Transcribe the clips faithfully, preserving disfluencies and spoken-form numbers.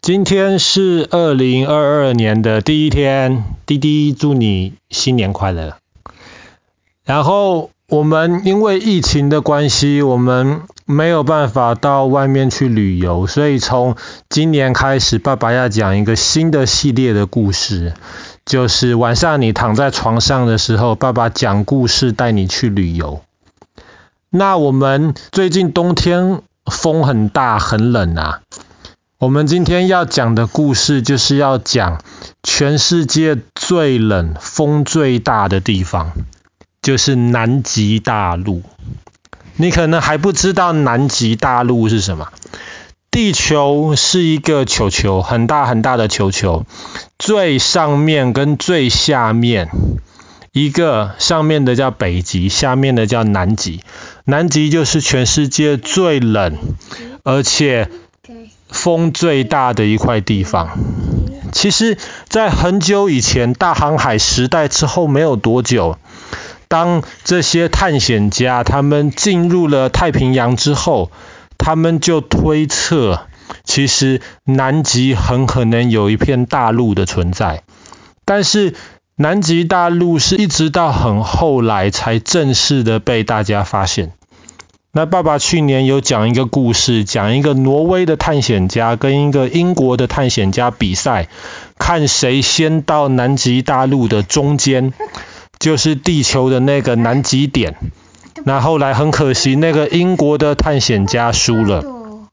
今天是二零二二年的第一天，滴滴祝你新年快乐。然后我们因为疫情的关系，我们没有办法到外面去旅游，所以从今年开始，爸爸要讲一个新的系列的故事，就是晚上你躺在床上的时候，爸爸讲故事带你去旅游。那我们最近冬天风很大很冷啊，我们今天要讲的故事就是要讲全世界最冷、风最大的地方，就是南极大陆。你可能还不知道南极大陆是什么。地球是一个球球，很大很大的球球，最上面跟最下面，一个上面的叫北极，下面的叫南极。南极就是全世界最冷，而且风最大的一块地方。其实在很久以前，大航海时代之后没有多久，当这些探险家他们进入了太平洋之后，他们就推测其实南极很可能有一片大陆的存在。但是南极大陆是一直到很后来才正式的被大家发现。那爸爸去年有讲一个故事，讲一个挪威的探险家跟一个英国的探险家比赛，看谁先到南极大陆的中间，就是地球的那个南极点。那后来很可惜，那个英国的探险家输了。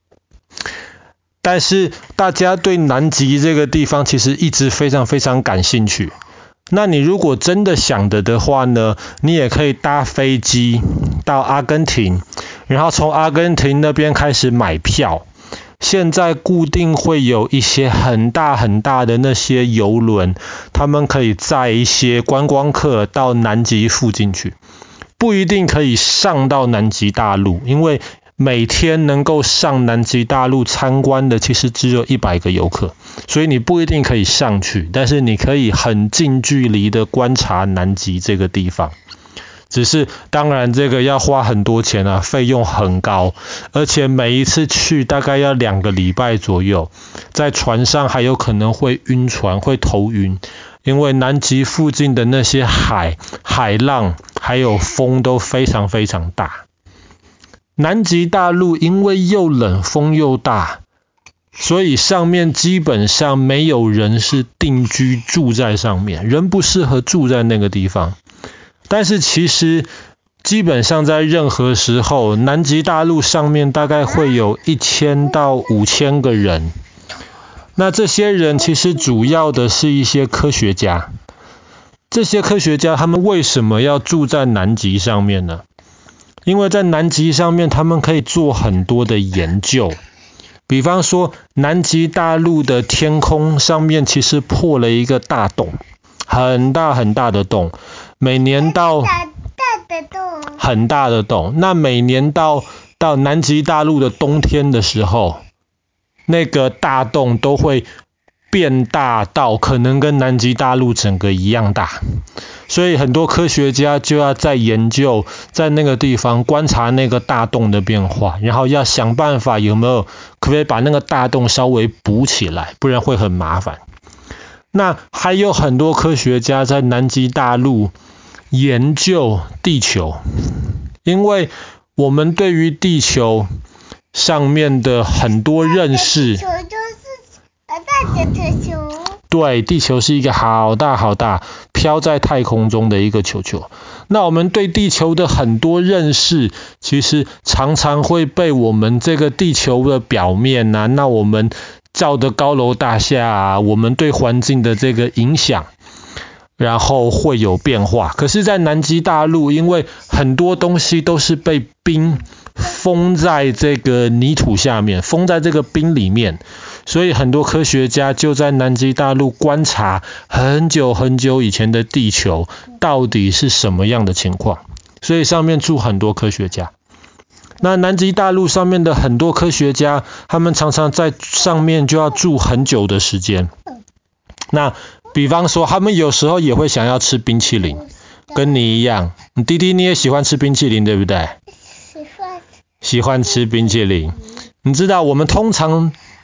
但是大家对南极这个地方其实一直非常非常感兴趣。那你如果真的想的的话呢，你也可以搭飞机到阿根廷，然后从阿根廷那边开始买票。现在固定会有一些很大很大的那些邮轮，他们可以载一些观光客到南极附近去。不一定可以上到南极大陆，因为每天能够上南极大陆参观的其实只有一百个游客，所以你不一定可以上去，但是你可以很近距离的观察南极这个地方。只是当然这个要花很多钱啊，费用很高，而且每一次去大概要两个礼拜左右，在船上还有可能会晕船，会头晕，因为南极附近的那些海、海浪还有风都非常非常大。南极大陆因为又冷风又大，所以上面基本上没有人是定居住在上面，人不适合住在那个地方。但是其实基本上在任何时候，南极大陆上面大概会有一千到五千个人。那这些人其实主要的是一些科学家。这些科学家他们为什么要住在南极上面呢？因为在南极上面他们可以做很多的研究。比方说南极大陆的天空上面其实破了一个大洞，很大很大的洞，每年到很大的洞，那每年到到南极大陆的冬天的时候，那个大洞都会变大到可能跟南极大陆整个一样大。所以很多科学家就要在研究，在那个地方观察那个大洞的变化，然后要想办法有没有可不可以把那个大洞稍微补起来，不然会很麻烦。那还有很多科学家在南极大陆研究地球，因为我们对于地球上面的很多认识，地球就是大的地球。对，地球是一个好大好大飘在太空中的一个球球。那我们对地球的很多认识，其实常常会被我们这个地球的表面啊，那我们造的高楼大厦啊，我们对环境的这个影响，然后会有变化。可是在南极大陆，因为很多东西都是被冰封在这个泥土下面，封在这个冰里面，所以很多科学家就在南极大陆观察很久很久以前的地球到底是什么样的情况，所以上面住很多科学家。那南极大陆上面的很多科学家，他们常常在上面就要住很久的时间。那比方说他们有时候也会想要吃冰淇淋，跟你一样，弟弟你也喜欢吃冰淇淋对不对？喜欢喜欢吃冰淇淋。你知道我们通常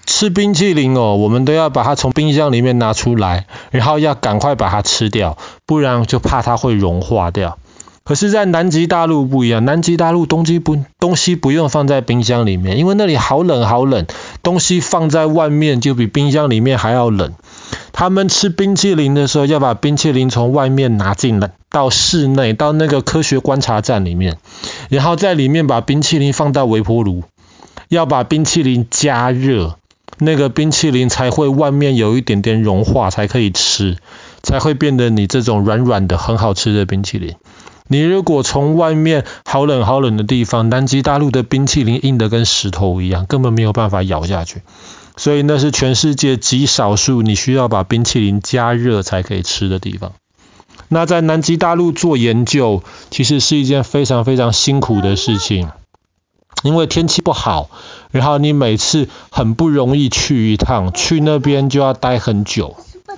吃冰淇淋哦，我们都要把它从冰箱里面拿出来，然后要赶快把它吃掉，不然就怕它会融化掉。可是在南极大陆不一样，南极大陆东西不东西不用放在冰箱里面，因为那里好冷好冷，东西放在外面就比冰箱里面还要冷。他们吃冰淇淋的时候，要把冰淇淋从外面拿进来到室内，到那个科学观察站里面，然后在里面把冰淇淋放到微波炉，要把冰淇淋加热，那个冰淇淋才会外面有一点点融化，才可以吃，才会变得你这种软软的很好吃的冰淇淋。你如果从外面好冷好冷的地方，南极大陆的冰淇淋硬得跟石头一样，根本没有办法咬下去。所以那是全世界极少数你需要把冰淇淋加热才可以吃的地方。那在南极大陆做研究，其实是一件非常非常辛苦的事情，因为天气不好，然后你每次很不容易去一趟，去那边就要待很久。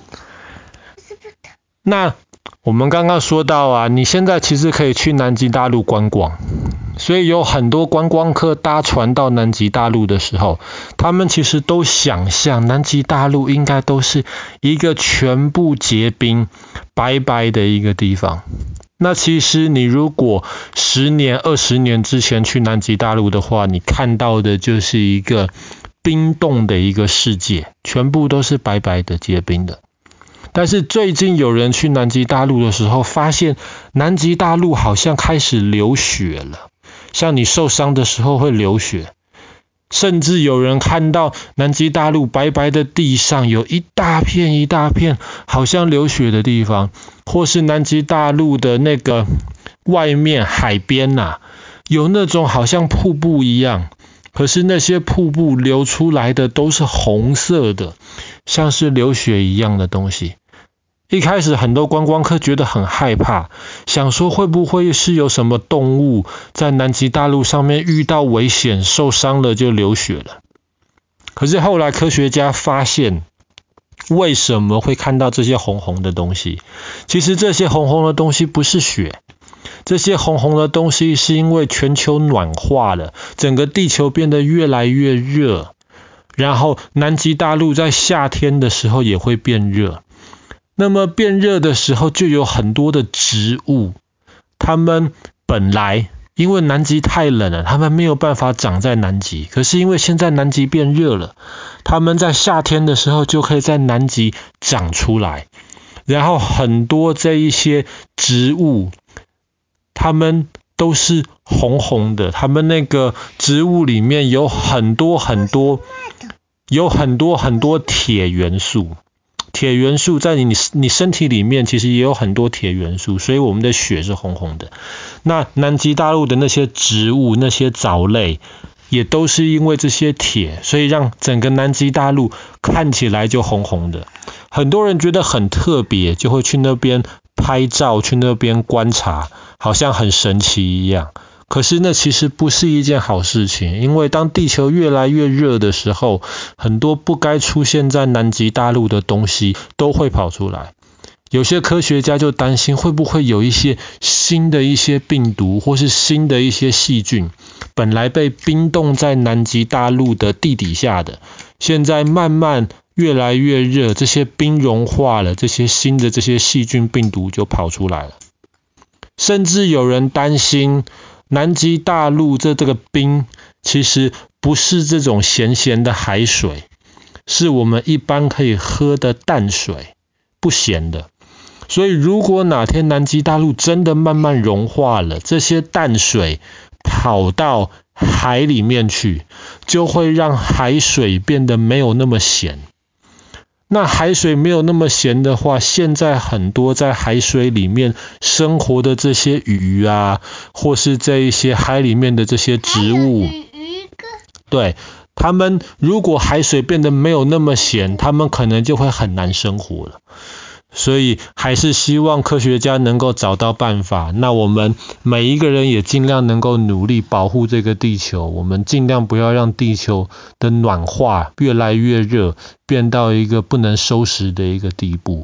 那我们刚刚说到啊，你现在其实可以去南极大陆观光，所以有很多观光客搭船到南极大陆的时候，他们其实都想象南极大陆应该都是一个全部结冰、白白的一个地方。那其实你如果十年、二十年之前去南极大陆的话，你看到的就是一个冰冻的一个世界，全部都是白白的结冰的。但是最近有人去南极大陆的时候，发现南极大陆好像开始流血了，像你受伤的时候会流血，甚至有人看到南极大陆白白的地上有一大片一大片好像流血的地方，或是南极大陆的那个外面海边啊，有那种好像瀑布一样，可是那些瀑布流出来的都是红色的，像是流血一样的东西。一开始很多观光客觉得很害怕，想说会不会是有什么动物在南极大陆上面遇到危险受伤了就流血了。可是后来科学家发现，为什么会看到这些红红的东西？其实这些红红的东西不是血，这些红红的东西是因为全球暖化了，整个地球变得越来越热，然后南极大陆在夏天的时候也会变热。那么变热的时候就有很多的植物，它们本来因为南极太冷了，它们没有办法长在南极，可是因为现在南极变热了，它们在夏天的时候就可以在南极长出来。然后很多这一些植物，它们都是红红的，它们那个植物里面有很多很多有很多很多铁元素。铁元素在你你身体里面其实也有很多铁元素，所以我们的血是红红的。那南极大陆的那些植物、那些藻类也都是因为这些铁，所以让整个南极大陆看起来就红红的。很多人觉得很特别，就会去那边拍照，去那边观察，好像很神奇一样。可是那其实不是一件好事情，因为当地球越来越热的时候，很多不该出现在南极大陆的东西都会跑出来。有些科学家就担心会不会有一些新的一些病毒或是新的一些细菌，本来被冰冻在南极大陆的地底下的，现在慢慢越来越热，这些冰融化了，这些新的这些细菌病毒就跑出来了。甚至有人担心南极大陆这这个冰其实不是这种咸咸的海水，是我们一般可以喝的淡水，不咸的。所以如果哪天南极大陆真的慢慢融化了，这些淡水跑到海里面去，就会让海水变得没有那么咸。那海水没有那么咸的话，现在很多在海水里面生活的这些鱼啊，或是这一些海里面的这些植物，对，他们如果海水变得没有那么咸，他们可能就会很难生活了。所以还是希望科学家能够找到办法，那我们每一个人也尽量能够努力保护这个地球，我们尽量不要让地球的暖化越来越热，变到一个不能收拾的一个地步。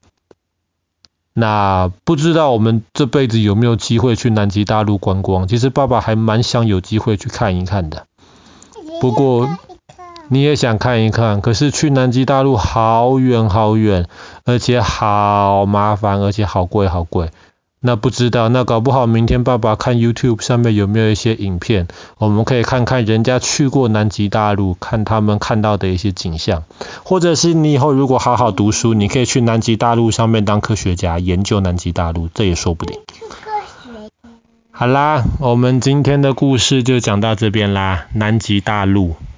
那不知道我们这辈子有没有机会去南极大陆观光，其实爸爸还蛮想有机会去看一看的。不过你也想看一看，可是去南极大陆好远好远，而且好麻烦，而且好贵好贵。那不知道，那搞不好明天爸爸看 YouTube 上面有没有一些影片，我们可以看看人家去过南极大陆，看他们看到的一些景象。或者是你以后如果好好读书，你可以去南极大陆上面当科学家，研究南极大陆，这也说不定。好啦，我们今天的故事就讲到这边啦，南极大陆。